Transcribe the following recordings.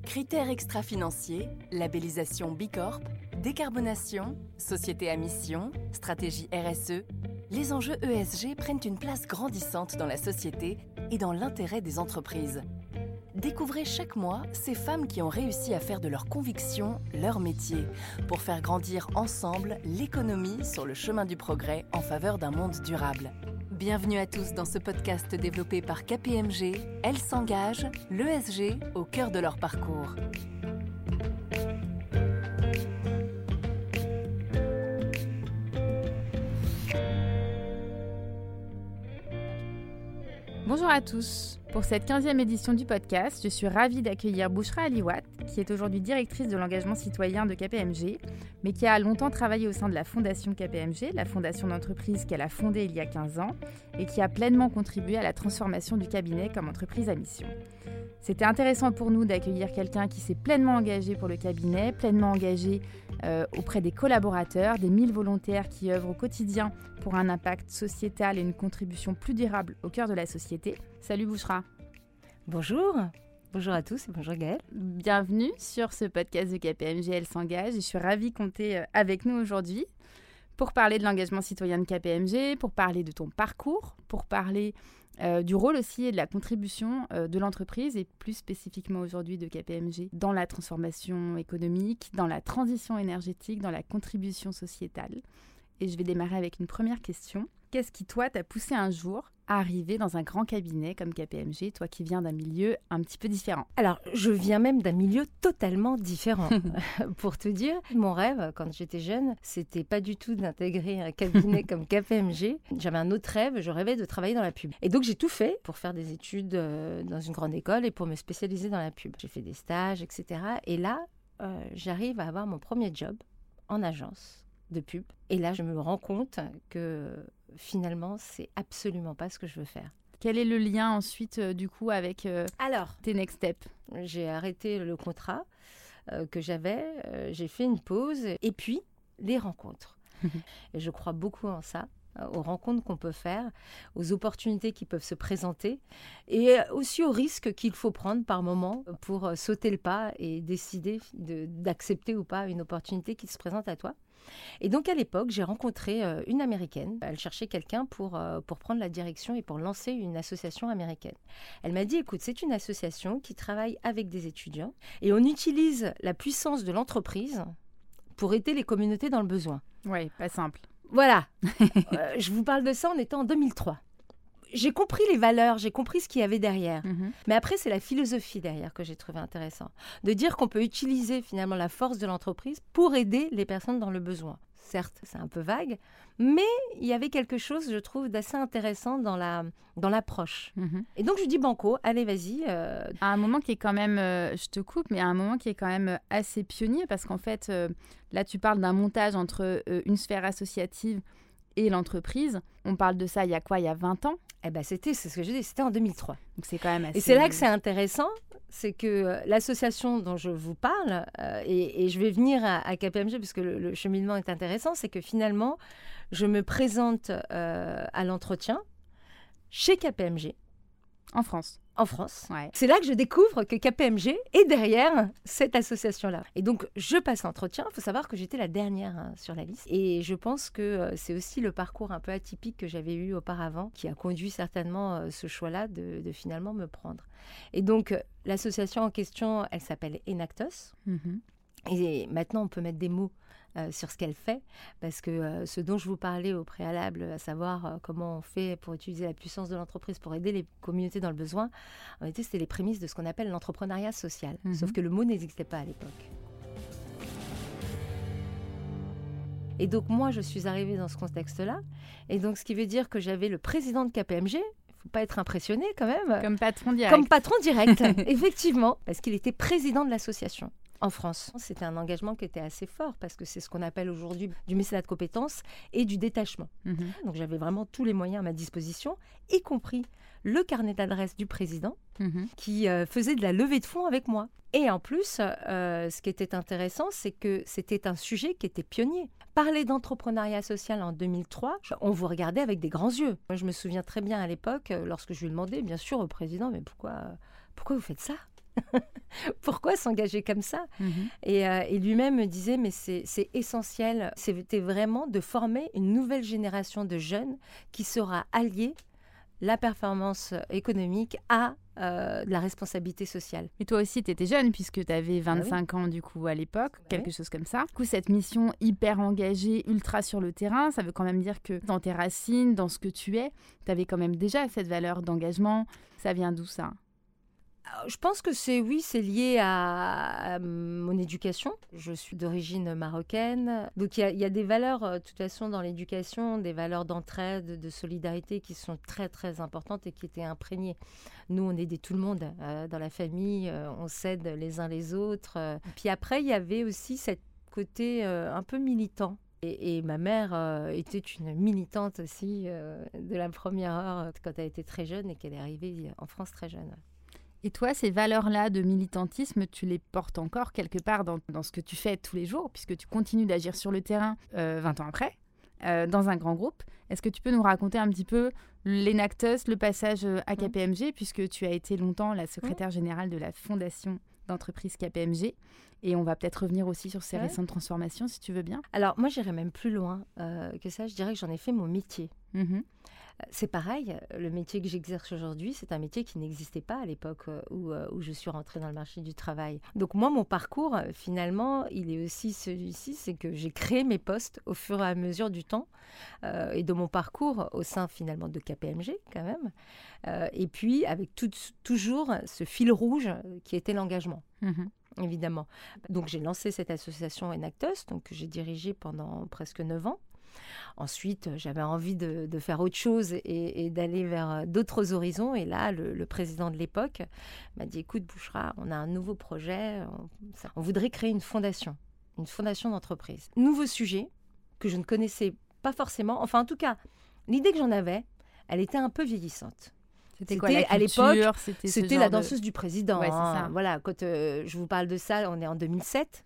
Critères extra-financiers, labellisation B Corp, décarbonation, société à mission, stratégie RSE, les enjeux ESG prennent une place grandissante dans la société et dans l'intérêt des entreprises. Découvrez chaque mois ces femmes qui ont réussi à faire de leur conviction leur métier pour faire grandir ensemble l'économie sur le chemin du progrès en faveur d'un monde durable. Bienvenue à tous dans ce podcast développé par KPMG. Elles s'engagent, l'ESG au cœur de leur parcours. Bonjour à tous. Pour cette 15e édition du podcast, je suis ravie d'accueillir Bouchra Aliwat, qui est aujourd'hui directrice de l'engagement citoyen de KPMG, mais qui a longtemps travaillé au sein de la fondation KPMG, la fondation d'entreprise qu'elle a fondée il y a 15 ans, et qui a pleinement contribué à la transformation du cabinet comme entreprise à mission. C'était intéressant pour nous d'accueillir quelqu'un qui s'est pleinement engagé pour le cabinet, pleinement engagé auprès des collaborateurs, des 1000 volontaires qui œuvrent au quotidien pour un impact sociétal et une contribution plus durable au cœur de la société. Salut Bouchra. Bonjour. Bonjour à tous et bonjour Gaëlle. Bienvenue sur ce podcast de KPMG, Elle s'engage. Je suis ravie qu'on t'ait avec nous aujourd'hui pour parler de l'engagement citoyen de KPMG, pour parler de ton parcours, pour parler du rôle aussi et de la contribution de l'entreprise et plus spécifiquement aujourd'hui de KPMG dans la transformation économique, dans la transition énergétique, dans la contribution sociétale. Et je vais démarrer avec une première question. Qu'est-ce qui, toi, t'a poussé un jour à arriver dans un grand cabinet comme KPMG, toi qui viens d'un milieu un petit peu différent? Alors, je viens même d'un milieu totalement différent. Pour te dire, mon rêve, quand j'étais jeune, c'était pas du tout d'intégrer un cabinet comme KPMG. J'avais un autre rêve, je rêvais de travailler dans la pub. Et donc, j'ai tout fait pour faire des études dans une grande école et pour me spécialiser dans la pub. J'ai fait des stages, etc. Et là, j'arrive à avoir mon premier job en agence de pub. Et là, je me rends compte que finalement, c'est absolument pas ce que je veux faire. Quel est le lien ensuite, du coup, avec tes next steps? J'ai arrêté le contrat que j'avais, j'ai fait une pause et puis les rencontres. Et je crois beaucoup en ça, aux rencontres qu'on peut faire, aux opportunités qui peuvent se présenter et aussi aux risques qu'il faut prendre par moment pour sauter le pas et décider d'accepter ou pas une opportunité qui se présente à toi. Et donc, à l'époque, j'ai rencontré une Américaine. Elle cherchait quelqu'un pour prendre la direction et pour lancer une association américaine. Elle m'a dit, écoute, c'est une association qui travaille avec des étudiants et on utilise la puissance de l'entreprise pour aider les communautés dans le besoin. Oui, pas simple. Voilà. Je vous parle de ça, on était en 2003. J'ai compris les valeurs, j'ai compris ce qu'il y avait derrière. Mais après, c'est la philosophie derrière que j'ai trouvé intéressant. De dire qu'on peut utiliser finalement la force de l'entreprise pour aider les personnes dans le besoin. Certes, c'est un peu vague, mais il y avait quelque chose, je trouve, d'assez intéressant dans l'approche. Et donc, je dis banco, allez, vas-y. À un moment qui est quand même, je te coupe, mais à un moment qui est quand même assez pionnier, parce qu'en fait, là, tu parles d'un montage entre une sphère associative et l'entreprise. On parle de ça il y a quoi? Il y a 20 ans? Eh ben c'est ce que je dis, c'était en 2003. Donc c'est quand même assez... Et c'est là que c'est intéressant, c'est que l'association dont je vous parle, et je vais venir à KPMG parce que le cheminement est intéressant, c'est que finalement, je me présente à l'entretien chez KPMG. En France. En France. Ouais. C'est là que je découvre que KPMG est derrière cette association-là. Et donc, je passe l'entretien. Il faut savoir que j'étais la dernière sur la liste. Et je pense que c'est aussi le parcours un peu atypique que j'avais eu auparavant qui a conduit certainement ce choix-là de finalement me prendre. Et donc, l'association en question, elle s'appelle Enactos. Et maintenant, on peut mettre des mots sur ce qu'elle fait, parce que ce dont je vous parlais au préalable, à savoir comment on fait pour utiliser la puissance de l'entreprise pour aider les communautés dans le besoin, en réalité, c'était les prémices de ce qu'on appelle l'entrepreneuriat social. Sauf que le mot n'existait pas à l'époque. Et donc, moi, je suis arrivée dans ce contexte-là. Et donc, ce qui veut dire que j'avais le président de KPMG. Il ne faut pas être impressionné quand même. Comme patron direct. Comme patron direct, effectivement, parce qu'il était président de l'association. En France, c'était un engagement qui était assez fort parce que c'est ce qu'on appelle aujourd'hui du mécénat de compétences et du détachement. Donc j'avais vraiment tous les moyens à ma disposition, y compris le carnet d'adresse du président qui faisait de la levée de fonds avec moi. Et en plus, ce qui était intéressant, c'est que c'était un sujet qui était pionnier. Parler d'entrepreneuriat social en 2003, on vous regardait avec des grands yeux. Moi, je me souviens très bien à l'époque, lorsque je lui demandais, bien sûr, au président, mais pourquoi vous faites ça ? Pourquoi s'engager comme ça ? Et lui-même me disait, mais c'est essentiel, c'était vraiment de former une nouvelle génération de jeunes qui saura allier la performance économique à de la responsabilité sociale. Et toi aussi, tu étais jeune puisque tu avais 25 ans du coup à l'époque, quelque chose comme ça. Du coup, cette mission hyper engagée, ultra sur le terrain, ça veut quand même dire que dans tes racines, dans ce que tu es, tu avais quand même déjà cette valeur d'engagement. Ça vient d'où ça ? Je pense que c'est lié à mon éducation. Je suis d'origine marocaine. Donc il y a des valeurs, de toute façon, dans l'éducation, des valeurs d'entraide, de solidarité qui sont très, très importantes et qui étaient imprégnées. Nous, on aidait tout le monde dans la famille, on s'aide les uns les autres. Puis après, il y avait aussi ce côté un peu militant. Et ma mère était une militante aussi de la première heure quand elle était très jeune et qu'elle est arrivée en France très jeune. Et toi, ces valeurs-là de militantisme, tu les portes encore quelque part dans ce que tu fais tous les jours, puisque tu continues d'agir sur le terrain 20 ans après, dans un grand groupe. Est-ce que tu peux nous raconter un petit peu l'Enactus, le passage à KPMG, puisque tu as été longtemps la secrétaire générale de la fondation d'entreprise KPMG, et on va peut-être revenir aussi sur ces récentes transformations, si tu veux bien. Alors, moi, j'irais même plus loin que ça. Je dirais que j'en ai fait mon métier. C'est pareil, le métier que j'exerce aujourd'hui, c'est un métier qui n'existait pas à l'époque où je suis rentrée dans le marché du travail. Donc moi, mon parcours, finalement, il est aussi celui-ci, c'est que j'ai créé mes postes au fur et à mesure du temps et de mon parcours au sein, finalement, de KPMG, quand même. Et puis, avec toujours ce fil rouge qui était l'engagement. Évidemment. Donc j'ai lancé cette association Enactus, donc que j'ai dirigée pendant presque 9 ans. Ensuite, j'avais envie de faire autre chose et d'aller vers d'autres horizons. Et là, le président de l'époque m'a dit, écoute Bouchra, on a un nouveau projet, on voudrait créer une fondation d'entreprise. Nouveau sujet que je ne connaissais pas forcément. Enfin, en tout cas, l'idée que j'en avais, elle était un peu vieillissante. C'était quoi, la culture, à l'époque, c'était la de... danseuse du président. Ouais, c'est ça. Voilà, quand je vous parle de ça, on est en 2007.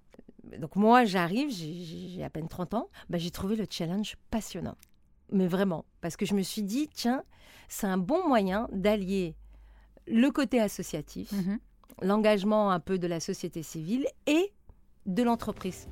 Donc moi, j'arrive, j'ai à peine 30 ans, j'ai trouvé le challenge passionnant. Mais vraiment, parce que je me suis dit, tiens, c'est un bon moyen d'allier le côté associatif, l'engagement un peu de la société civile et de l'entreprise.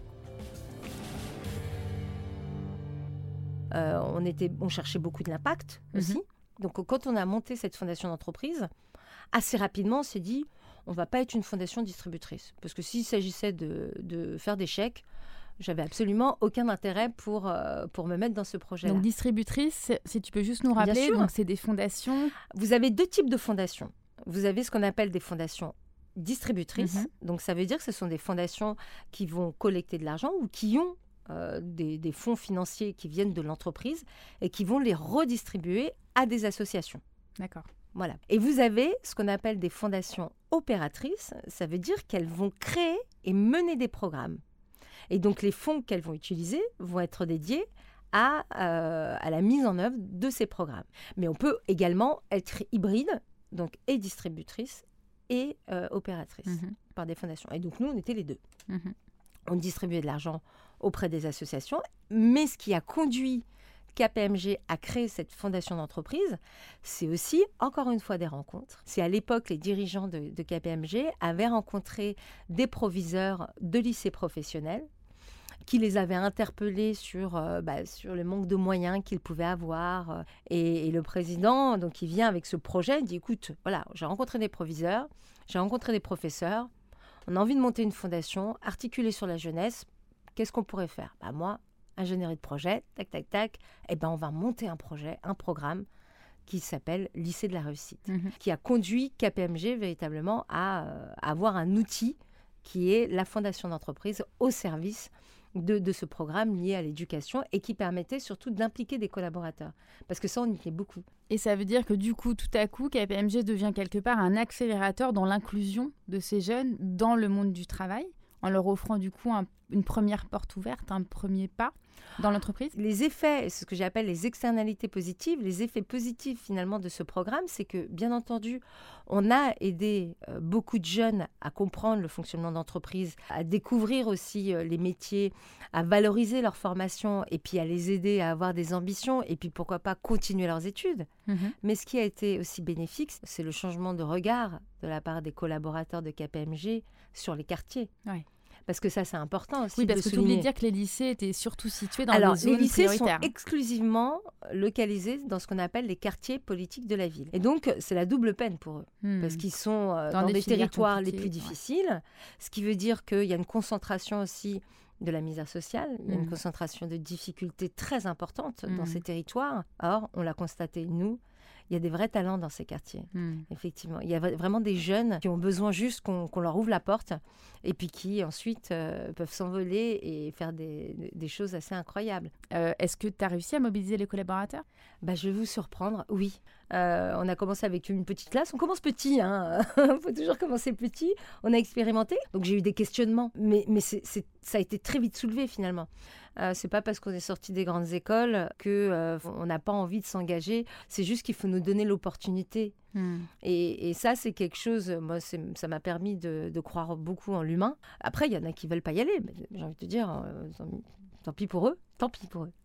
On cherchait beaucoup de l'impact aussi. Donc quand on a monté cette fondation d'entreprise, assez rapidement, on s'est dit... on ne va pas être une fondation distributrice. Parce que s'il s'agissait de faire des chèques, j'avais absolument aucun intérêt pour me mettre dans ce projet-là. Donc distributrice, si tu peux juste nous rappeler, donc c'est des fondations... Vous avez 2 types de fondations. Vous avez ce qu'on appelle des fondations distributrices. Donc ça veut dire que ce sont des fondations qui vont collecter de l'argent ou qui ont des fonds financiers qui viennent de l'entreprise et qui vont les redistribuer à des associations. D'accord. Voilà. Et vous avez ce qu'on appelle des fondations opératrices. Ça veut dire qu'elles vont créer et mener des programmes. Et donc, les fonds qu'elles vont utiliser vont être dédiés à la mise en œuvre de ces programmes. Mais on peut également être hybride, donc et distributrice et opératrice par des fondations. Et donc, nous, on était les deux. On distribuait de l'argent auprès des associations. Mais ce qui a conduit KPMG a créé cette fondation d'entreprise, c'est aussi, encore une fois, des rencontres. C'est à l'époque, les dirigeants de KPMG avaient rencontré des proviseurs de lycées professionnels qui les avaient interpellés sur le manque de moyens qu'ils pouvaient avoir. Et le président, donc, il vient avec ce projet, il dit, écoute, voilà, j'ai rencontré des proviseurs, j'ai rencontré des professeurs, on a envie de monter une fondation articulée sur la jeunesse, qu'est-ce qu'on pourrait faire ? Moi, ingénierie de projet, tac, tac, tac, on va monter un projet, un programme qui s'appelle Lycée de la réussite, qui a conduit KPMG véritablement à avoir un outil qui est la fondation d'entreprise au service de ce programme lié à l'éducation et qui permettait surtout d'impliquer des collaborateurs. Parce que ça, on y était beaucoup. Et ça veut dire que du coup, tout à coup, KPMG devient quelque part un accélérateur dans l'inclusion de ces jeunes dans le monde du travail, en leur offrant du coup une première porte ouverte, un premier pas. dans l'entreprise ? Les effets, c'est ce que j'appelle les externalités positives, les effets positifs finalement de ce programme, c'est que bien entendu, on a aidé beaucoup de jeunes à comprendre le fonctionnement d'entreprise, à découvrir aussi les métiers, à valoriser leur formation et puis à les aider à avoir des ambitions et puis pourquoi pas continuer leurs études. Mais ce qui a été aussi bénéfique, c'est le changement de regard de la part des collaborateurs de KPMG sur les quartiers. Ouais. Parce que ça, c'est important aussi. Oui, parce de que tu oublies souligner. de dire que les lycées étaient surtout situés dans Alors, des zones les lycées prioritaires. sont exclusivement localisés dans ce qu'on appelle les quartiers politiques de la ville. Et donc, c'est la double peine pour eux. Parce qu'ils sont dans des filières territoires les compliquées, plus difficiles. Ce qui veut dire qu'il y a une concentration aussi de la misère sociale. Il y a une concentration de difficultés très importantes dans ces territoires. Or, on l'a constaté, nous, il y a des vrais talents dans ces quartiers, effectivement. Il y a vraiment des jeunes qui ont besoin juste qu'on leur ouvre la porte et puis qui ensuite peuvent s'envoler et faire des choses assez incroyables. Est-ce que tu as réussi à mobiliser les collaborateurs ? Je vais vous surprendre, oui. On a commencé avec une petite classe. On commence petit, hein. Il faut toujours commencer petit. On a expérimenté. Donc j'ai eu des questionnements, mais ça a été très vite soulevé finalement. C'est pas parce qu'on est sorti des grandes écoles que on n'a pas envie de s'engager. C'est juste qu'il faut nous donner l'opportunité. Et ça, c'est quelque chose. Moi, ça m'a permis de croire beaucoup en l'humain. Après, il y en a qui veulent pas y aller. Mais j'ai envie de te dire, tant pis pour eux. Tant pis pour eux.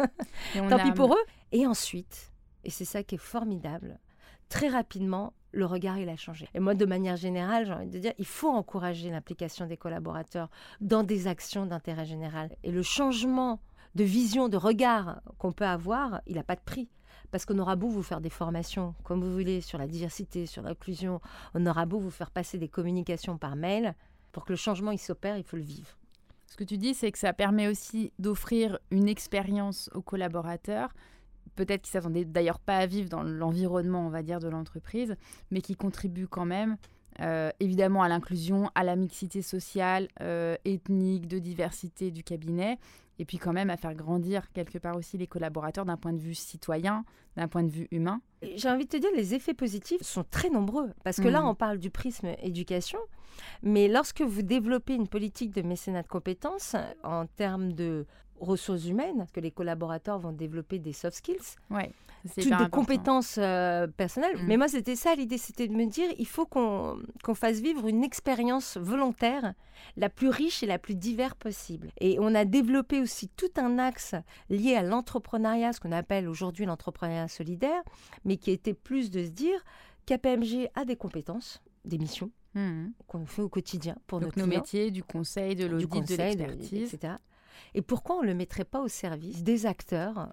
Tant pis pour eux. Et ensuite, et c'est ça qui est formidable, très rapidement, le regard, il a changé. Et moi, de manière générale, j'ai envie de dire, il faut encourager l'implication des collaborateurs dans des actions d'intérêt général. Et le changement de vision, de regard qu'on peut avoir, il n'a pas de prix. Parce qu'on aura beau vous faire des formations, comme vous voulez, sur la diversité, sur l'inclusion, on aura beau vous faire passer des communications par mail, pour que le changement, il s'opère, il faut le vivre. Ce que tu dis, c'est que ça permet aussi d'offrir une expérience aux collaborateurs, peut-être qu'ils ne s'attendaient d'ailleurs pas à vivre dans l'environnement, on va dire, de l'entreprise, mais qui contribuent quand même, évidemment, à l'inclusion, à la mixité sociale, ethnique, de diversité du cabinet, et puis quand même à faire grandir quelque part aussi les collaborateurs d'un point de vue citoyen, d'un point de vue humain. J'ai envie de te dire, les effets positifs sont très nombreux, parce que là, on parle du prisme éducation, mais lorsque vous développez une politique de mécénat de compétences en termes de ressources humaines, parce que les collaborateurs vont développer des soft skills, toutes des compétences personnelles. Mais moi, c'était ça l'idée, c'était de me dire, il faut qu'on fasse vivre une expérience volontaire la plus riche et la plus diverse possible. Et on a développé aussi tout un axe lié à l'entrepreneuriat, ce qu'on appelle aujourd'hui l'entrepreneuriat solidaire, mais qui était plus de se dire, KPMG a des compétences, des missions, qu'on fait au quotidien pour nos clients. Nos métiers, du conseil, de l'audit, de l'expertise, etc. Et pourquoi on ne le mettrait pas au service des acteurs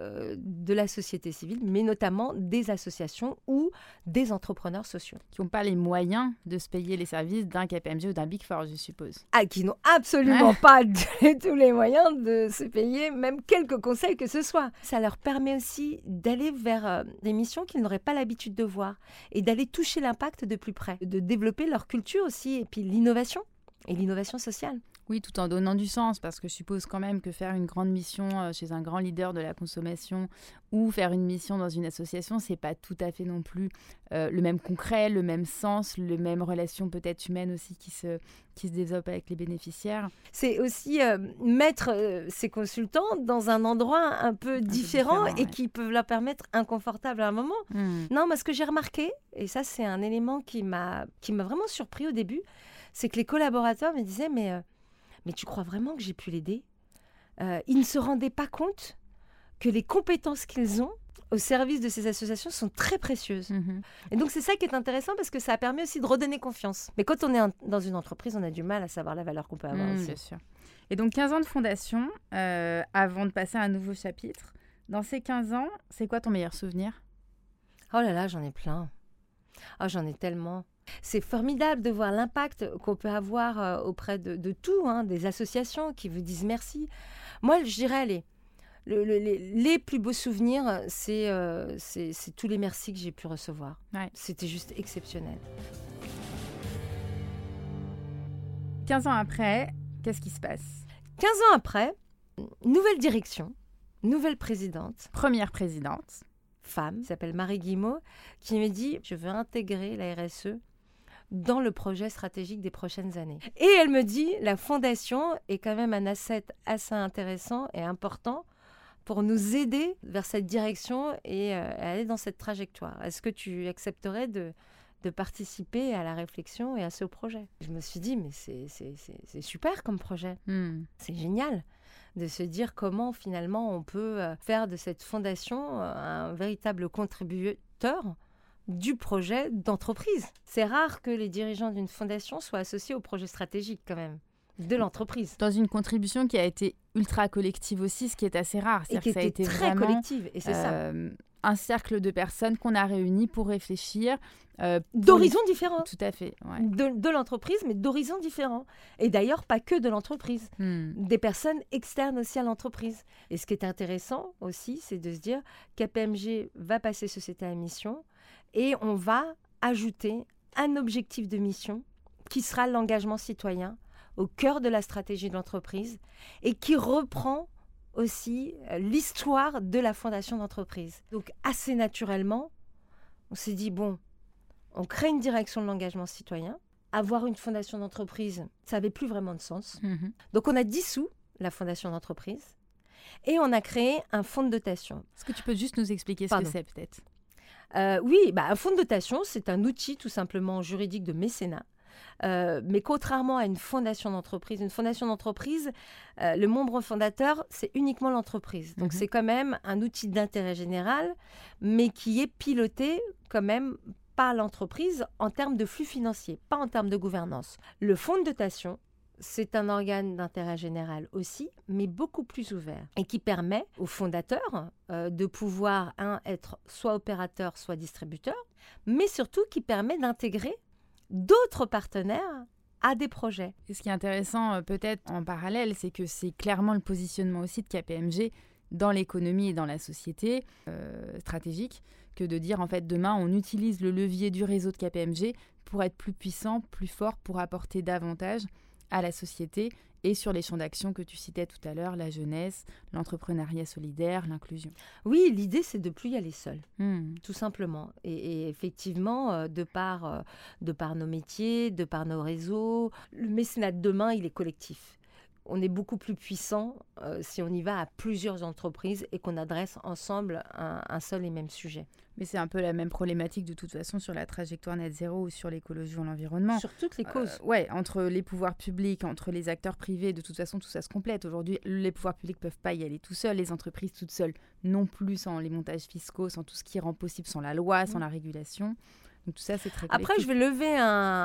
de la société civile, mais notamment des associations ou des entrepreneurs sociaux. Qui n'ont pas les moyens de se payer les services d'un KPMG ou d'un Big Four, je suppose. Qui n'ont absolument pas tous les moyens de se payer même quelques conseils que ce soit. Ça leur permet aussi d'aller vers des missions qu'ils n'auraient pas l'habitude de voir et d'aller toucher l'impact de plus près, de développer leur culture aussi et puis l'innovation et l'innovation sociale. Oui, tout en donnant du sens, parce que je suppose quand même que faire une grande mission chez un grand leader de la consommation ou faire une mission dans une association, c'est pas tout à fait non plus le même concret, le même sens, les mêmes relations peut-être humaines aussi qui se développent avec les bénéficiaires. C'est aussi mettre ces consultants dans un endroit un peu différent et qui peut leur permettre inconfortable à un moment. Non, moi ce que j'ai remarqué, et ça c'est un élément qui m'a vraiment surpris au début, c'est que les collaborateurs me disaient mais tu crois vraiment que j'ai pu l'aider ? Ils ne se rendaient pas compte que les compétences qu'ils ont au service de ces associations sont très précieuses. Et donc, c'est ça qui est intéressant parce que ça a permis aussi de redonner confiance. Mais quand on est dans une entreprise, on a du mal à savoir la valeur qu'on peut avoir aussi. Bien sûr. Et donc, 15 ans de fondation, avant de passer à un nouveau chapitre. Dans ces 15 ans, c'est quoi ton meilleur souvenir ? Oh là là, j'en ai plein. Oh, j'en ai tellement. C'est formidable de voir l'impact qu'on peut avoir auprès de tout, des associations qui vous disent merci. Moi, je dirais, les plus beaux souvenirs, c'est tous les merci que j'ai pu recevoir. C'était juste exceptionnel. 15 ans après, qu'est-ce qui se passe ? 15 ans après, nouvelle direction, nouvelle présidente. Première présidente. Femme, qui s'appelle Marie Guillemot, qui me dit « Je veux intégrer la RSE dans le projet stratégique des prochaines années. Et elle me dit, la fondation est quand même un asset assez intéressant et important pour nous aider vers cette direction et aller dans cette trajectoire. Est-ce que tu accepterais de participer à la réflexion et à ce projet? Je me suis dit, mais c'est super comme projet. C'est génial de se dire comment finalement on peut faire de cette fondation un véritable contributeur du projet d'entreprise. C'est rare que les dirigeants d'une fondation soient associés au projet stratégique quand même de l'entreprise. Dans une contribution qui a été ultra collective aussi, ce qui est assez rare. Et qui ça a été très vraiment, collective, et c'est ça. Un cercle de personnes qu'on a réunies pour réfléchir. D'horizons différents. Tout à fait. Ouais. De l'entreprise, mais d'horizons différents. Et d'ailleurs, pas que de l'entreprise. Des personnes externes aussi à l'entreprise. Et ce qui est intéressant aussi, c'est de se dire KPMG va passer société à mission et on va ajouter un objectif de mission qui sera l'engagement citoyen au cœur de la stratégie de l'entreprise et qui reprend aussi l'histoire de la fondation d'entreprise. Donc assez naturellement, on s'est dit, bon, on crée une direction de l'engagement citoyen. Avoir une fondation d'entreprise, ça n'avait plus vraiment de sens. Donc on a dissous la fondation d'entreprise et on a créé un fonds de dotation. Est-ce que tu peux juste nous expliquer ce que c'est peut-être ? Oui, un fonds de dotation, c'est un outil tout simplement juridique de mécénat. Mais contrairement à une fondation d'entreprise, le membre fondateur, c'est uniquement l'entreprise. Donc c'est quand même un outil d'intérêt général, mais qui est piloté quand même par l'entreprise en termes de flux financiers, pas en termes de gouvernance. Le fonds de dotation, c'est un organe d'intérêt général aussi, mais beaucoup plus ouvert et qui permet aux fondateurs de pouvoir, être soit opérateur, soit distributeur, mais surtout qui permet d'intégrer d'autres partenaires à des projets. Et ce qui est intéressant peut-être en parallèle, c'est que c'est clairement le positionnement aussi de KPMG dans l'économie et dans la société stratégique, que de dire en fait demain on utilise le levier du réseau de KPMG pour être plus puissant, plus fort, pour apporter davantage à la société et sur les champs d'action que tu citais tout à l'heure, la jeunesse, l'entrepreneuriat solidaire, l'inclusion. Oui, l'idée, c'est de ne plus y aller seul, tout simplement. Et effectivement, de par nos métiers, de par nos réseaux, le mécénat de demain, il est collectif. On est beaucoup plus puissant si on y va à plusieurs entreprises et qu'on adresse ensemble un seul et même sujet. Mais c'est un peu la même problématique de toute façon sur la trajectoire net zéro ou sur l'écologie ou l'environnement. Sur toutes les causes. Oui, entre les pouvoirs publics, entre les acteurs privés, de toute façon tout ça se complète. Aujourd'hui, les pouvoirs publics ne peuvent pas y aller tout seuls, les entreprises toutes seules non plus, sans les montages fiscaux, sans tout ce qui rend possible, sans la loi, sans la régulation. Donc tout ça, c'est très collectif. Après, je vais lever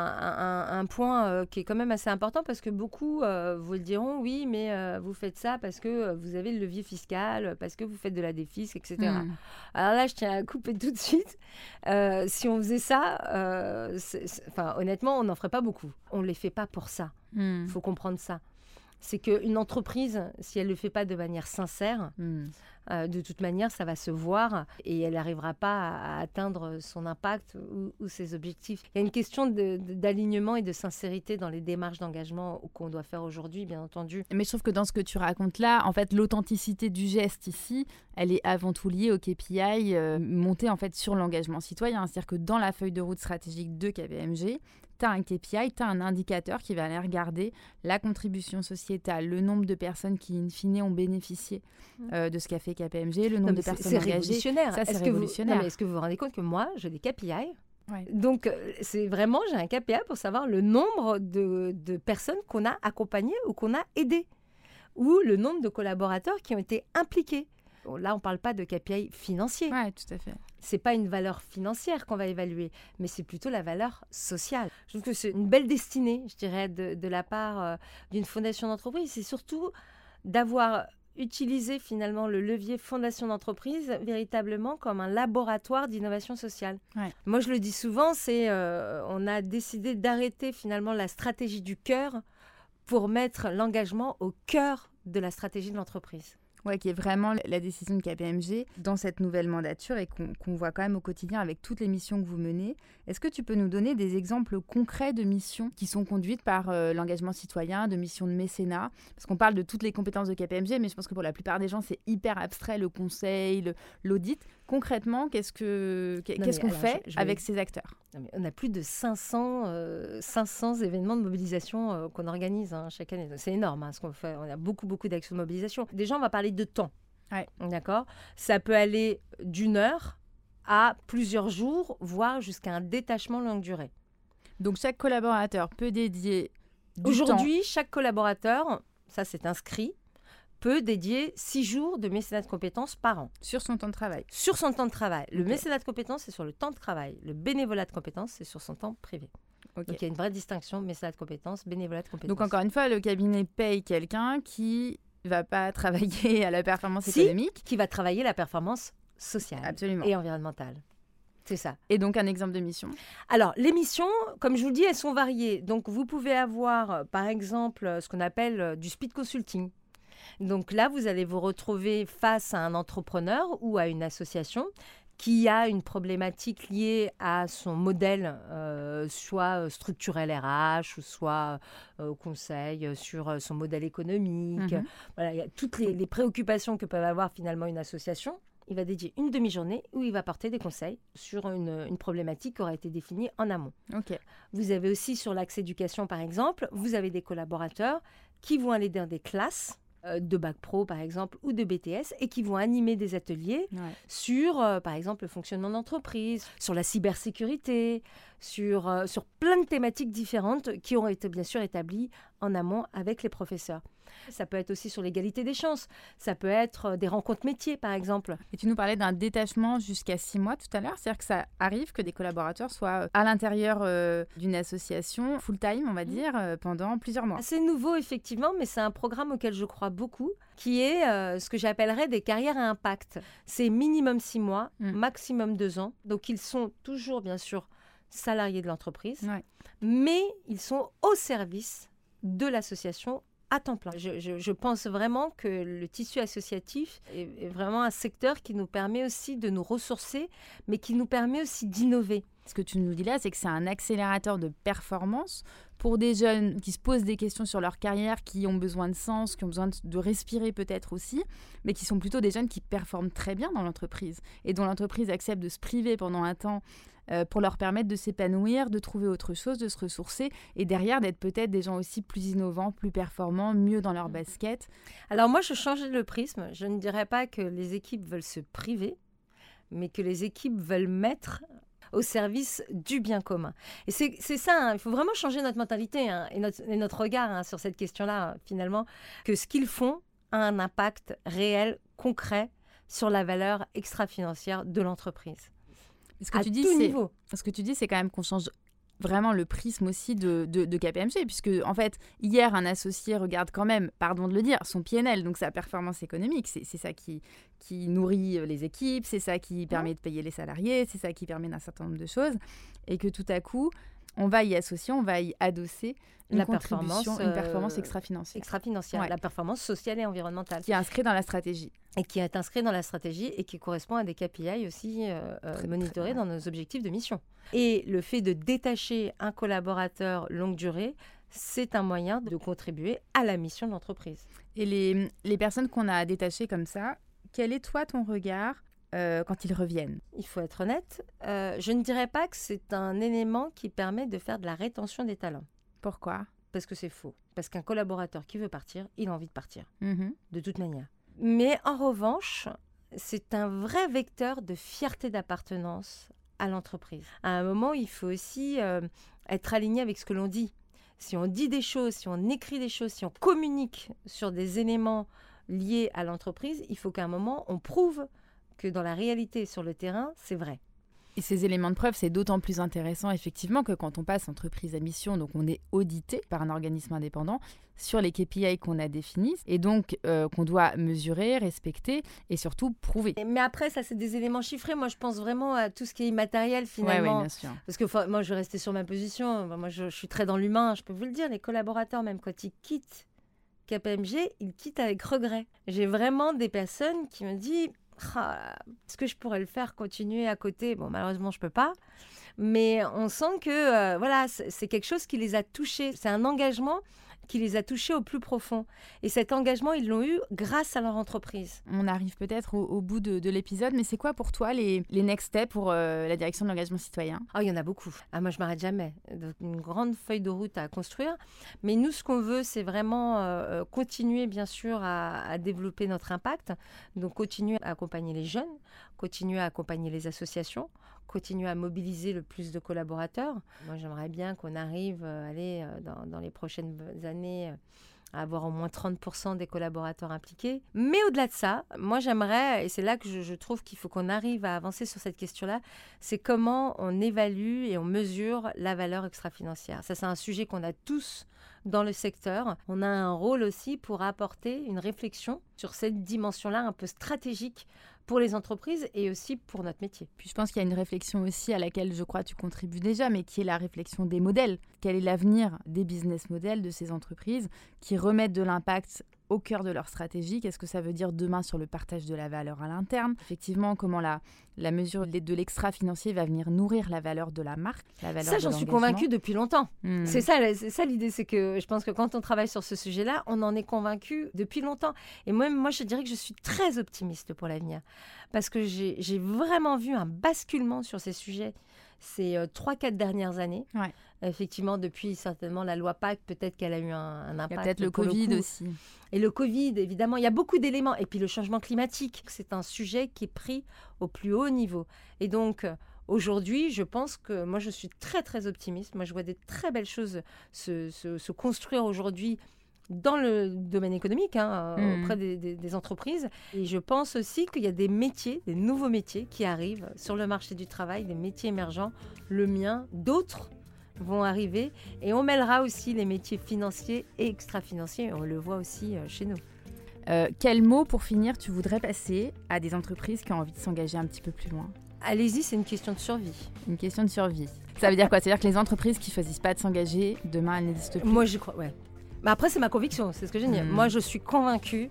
un point qui est quand même assez important parce que beaucoup vous le diront, oui, mais vous faites ça parce que vous avez le levier fiscal, parce que vous faites de la défisque, etc. Alors là, je tiens à couper tout de suite. Si on faisait ça, honnêtement, on n'en ferait pas beaucoup. On ne les fait pas pour ça. Il faut comprendre ça. C'est qu'une entreprise, si elle ne le fait pas de manière sincère, de toute manière, ça va se voir et elle n'arrivera pas à atteindre son impact ou ses objectifs. Il y a une question d'alignement et de sincérité dans les démarches d'engagement qu'on doit faire aujourd'hui, bien entendu. Mais je trouve que dans ce que tu racontes là, en fait, l'authenticité du geste ici, elle est avant tout liée au KPI monté en fait sur l'engagement citoyen. C'est-à-dire que dans la feuille de route stratégique de KPMG, tu as un KPI, tu as un indicateur qui va aller regarder la contribution sociétale, le nombre de personnes qui, in fine, ont bénéficié de ce qu'a fait KPMG, le nombre de personnes engagées. Révolutionnaire. Ça, c'est révolutionnaire. Est-ce que vous vous rendez compte que moi, j'ai des KPI ? Donc, c'est vraiment, j'ai un KPI pour savoir le nombre de personnes qu'on a accompagnées ou qu'on a aidées, ou le nombre de collaborateurs qui ont été impliqués. Bon, là, on ne parle pas de KPI financier. Oui, tout à fait. Ce n'est pas une valeur financière qu'on va évaluer, mais c'est plutôt la valeur sociale. Je trouve que c'est une belle destinée, je dirais, de la part d'une fondation d'entreprise. C'est surtout d'avoir utilisé finalement le levier fondation d'entreprise véritablement comme un laboratoire d'innovation sociale. Ouais. Moi, je le dis souvent, on a décidé d'arrêter finalement la stratégie du cœur pour mettre l'engagement au cœur de la stratégie de l'entreprise. Ouais, qui est vraiment la décision de KPMG dans cette nouvelle mandature et qu'on voit quand même au quotidien avec toutes les missions que vous menez. Est-ce que tu peux nous donner des exemples concrets de missions qui sont conduites par l'engagement citoyen, de missions de mécénat? Parce qu'on parle de toutes les compétences de KPMG, mais je pense que pour la plupart des gens, c'est hyper abstrait, le conseil, l'audit. Concrètement, qu'est-ce qu'on fait avec ces acteurs? On a plus de 500 événements de mobilisation qu'on organise chaque année. C'est énorme ce qu'on fait. On a beaucoup d'actions de mobilisation. Déjà, on va parler de temps. Ouais. D'accord ? Ça peut aller d'1 heure à plusieurs jours, voire jusqu'à un détachement longue durée. Donc, chaque collaborateur peut dédier du temps. Aujourd'hui, chaque collaborateur, ça c'est inscrit, peut dédier 6 jours de mécénat de compétences par an. Sur son temps de travail. Sur son temps de travail. Le mécénat de compétences, c'est sur le temps de travail. Le bénévolat de compétences, c'est sur son temps privé. Okay. Donc, il y a une vraie distinction, mécénat de compétences, bénévolat de compétences. Donc, encore une fois, le cabinet paye quelqu'un qui ne va pas travailler à la performance économique. Qui va travailler la performance sociale. Absolument. Et environnementale. C'est ça. Et donc, un exemple de mission? Alors, les missions, comme je vous le dis, elles sont variées. Donc, vous pouvez avoir, par exemple, ce qu'on appelle du speed consulting. Donc là, vous allez vous retrouver face à un entrepreneur ou à une association qui a une problématique liée à son modèle, soit structurel RH, ou soit conseil sur son modèle économique. Voilà, il y a toutes les préoccupations que peuvent avoir finalement une association. Il va dédier une demi-journée où il va porter des conseils sur une problématique qui aura été définie en amont. Okay. Vous avez aussi sur l'axe éducation, par exemple, vous avez des collaborateurs qui vont aller dans des classes de bac pro, par exemple, ou de BTS, et qui vont animer des ateliers sur, par exemple, le fonctionnement d'entreprise, sur la cybersécurité, sur plein de thématiques différentes qui ont été, bien sûr, établies en amont avec les professeurs. Ça peut être aussi sur l'égalité des chances. Ça peut être des rencontres métiers, par exemple. Et tu nous parlais d'un détachement jusqu'à 6 mois tout à l'heure. C'est-à-dire que ça arrive que des collaborateurs soient à l'intérieur d'une association full-time, on va dire, pendant plusieurs mois. C'est nouveau, effectivement, mais c'est un programme auquel je crois beaucoup, qui est ce que j'appellerais des carrières à impact. C'est minimum 6 mois, maximum 2 ans. Donc, ils sont toujours, bien sûr, salariés de l'entreprise, mais ils sont au service de l'association à temps plein. Je pense vraiment que le tissu associatif est vraiment un secteur qui nous permet aussi de nous ressourcer, mais qui nous permet aussi d'innover. Ce que tu nous dis là, c'est que c'est un accélérateur de performance pour des jeunes qui se posent des questions sur leur carrière, qui ont besoin de sens, qui ont besoin de respirer peut-être aussi, mais qui sont plutôt des jeunes qui performent très bien dans l'entreprise et dont l'entreprise accepte de se priver pendant un temps pour leur permettre de s'épanouir, de trouver autre chose, de se ressourcer et derrière d'être peut-être des gens aussi plus innovants, plus performants, mieux dans leur basket. Alors moi, je changeais le prisme. Je ne dirais pas que les équipes veulent se priver, mais que les équipes veulent mettre au service du bien commun. Et c'est ça, il faut vraiment changer notre mentalité et notre regard sur cette question-là, finalement, que ce qu'ils font a un impact réel, concret, sur la valeur extra-financière de l'entreprise. Ce que tu dis, c'est quand même qu'on change vraiment le prisme aussi de KPMG, puisque en fait, hier, un associé regarde quand même, pardon de le dire, son PNL, donc sa performance économique. C'est ça qui nourrit les équipes, c'est ça qui permet de payer les salariés, c'est ça qui permet d'un certain nombre de choses, et que tout à coup, on va y associer, on va y adosser une performance extra-financière. La performance sociale et environnementale. Qui est inscrite dans la stratégie. Et qui est inscrite dans la stratégie et qui correspond à des KPI aussi monitorés dans nos objectifs de mission. Et le fait de détacher un collaborateur longue durée, c'est un moyen de contribuer à la mission de l'entreprise. Et les personnes qu'on a détachées comme ça, quel est toi ton regard quand ils reviennent? Il faut être honnête, je ne dirais pas que c'est un élément qui permet de faire de la rétention des talents. Pourquoi? Parce que c'est faux. Parce qu'un collaborateur qui veut partir, il a envie de partir, de toute manière. Mais en revanche, c'est un vrai vecteur de fierté d'appartenance à l'entreprise. À un moment, il faut aussi être aligné avec ce que l'on dit. Si on dit des choses, si on écrit des choses, si on communique sur des éléments liés à l'entreprise, il faut qu'à un moment, on prouve que dans la réalité, sur le terrain, c'est vrai. Et ces éléments de preuve, c'est d'autant plus intéressant effectivement que quand on passe entreprise à mission, donc on est audité par un organisme indépendant sur les KPI qu'on a définis et donc qu'on doit mesurer, respecter et surtout prouver. Mais après, ça, c'est des éléments chiffrés. Moi, je pense vraiment à tout ce qui est immatériel finalement. Oui, bien sûr. Parce que moi, je vais rester sur ma position. Moi, je suis très dans l'humain. Je peux vous le dire, les collaborateurs, même quand ils quittent KPMG, ils quittent avec regret. J'ai vraiment des personnes qui me disent est-ce que je pourrais le faire, continuer à côté ? Bon, malheureusement, je ne peux pas. Mais on sent que c'est quelque chose qui les a touchés. C'est un engagement qui les a touchés au plus profond. Et cet engagement, ils l'ont eu grâce à leur entreprise. On arrive peut-être au bout de l'épisode, mais c'est quoi pour toi les next steps pour la direction de l'engagement citoyen ? Il y en a beaucoup. Moi, je ne m'arrête jamais. Donc, une grande feuille de route à construire. Mais nous, ce qu'on veut, c'est vraiment continuer, bien sûr, à développer notre impact. Donc, continuer à accompagner les jeunes, continuer à accompagner les associations, continuer à mobiliser le plus de collaborateurs. Moi, j'aimerais bien qu'on arrive dans les prochaines années à avoir au moins 30% des collaborateurs impliqués. Mais au-delà de ça, moi, j'aimerais, et c'est là que je trouve qu'il faut qu'on arrive à avancer sur cette question-là, c'est comment on évalue et on mesure la valeur extra-financière. Ça, c'est un sujet qu'on a tous dans le secteur. On a un rôle aussi pour apporter une réflexion sur cette dimension-là un peu stratégique pour les entreprises et aussi pour notre métier. Puis je pense qu'il y a une réflexion aussi à laquelle je crois tu contribues déjà, mais qui est la réflexion des modèles. Quel est l'avenir des business models de ces entreprises qui remettent de l'impact au cœur de leur stratégie? Qu'est-ce que ça veut dire demain sur le partage de la valeur à l'interne? Effectivement, comment la mesure de l'extra-financier va venir nourrir la valeur de la marque, la valeur ça, de j'en suis l'engagement. convaincue depuis longtemps. C'est ça l'idée, c'est que je pense que quand on travaille sur ce sujet-là, on en est convaincu depuis longtemps. Et moi, je dirais que je suis très optimiste pour l'avenir. Parce que j'ai vraiment vu un basculement sur ces sujets ces 3-4 dernières années. Ouais. Effectivement, depuis certainement la loi Pacte, peut-être qu'elle a eu un impact. Il y a peut-être le Covid aussi. Et le Covid, évidemment, il y a beaucoup d'éléments. Et puis le changement climatique, c'est un sujet qui est pris au plus haut niveau. Et donc, aujourd'hui, je pense que moi, je suis très, très optimiste. Moi, je vois des très belles choses se construire aujourd'hui dans le domaine économique, auprès des entreprises. Et je pense aussi qu'il y a des métiers, des nouveaux métiers qui arrivent sur le marché du travail, des métiers émergents, le mien, d'autres vont arriver. Et on mêlera aussi les métiers financiers et extra-financiers. On le voit aussi chez nous. Quel mot, pour finir, tu voudrais passer à des entreprises qui ont envie de s'engager un petit peu plus loin ? Allez-y, c'est une question de survie. Une question de survie. Ça veut dire quoi ? C'est-à-dire que les entreprises qui ne choisissent pas de s'engager, demain, elles n'existent plus. Moi, j'y crois, ouais. Mais après, c'est ma conviction, c'est ce que j'ai dit. Moi, je suis convaincue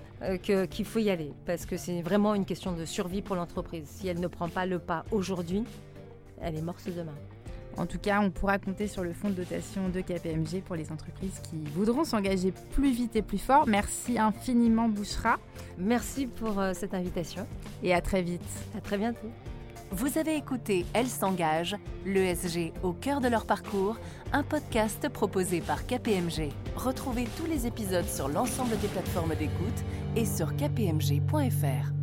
qu'il faut y aller, parce que c'est vraiment une question de survie pour l'entreprise. Si elle ne prend pas le pas aujourd'hui, elle est morte demain. En tout cas, on pourra compter sur le fonds de dotation de KPMG pour les entreprises qui voudront s'engager plus vite et plus fort. Merci infiniment, Bouchra. Merci pour cette invitation. Et à très vite. À très bientôt. Vous avez écouté Elles s'engagent, l'ESG au cœur de leur parcours, un podcast proposé par KPMG. Retrouvez tous les épisodes sur l'ensemble des plateformes d'écoute et sur kpmg.fr.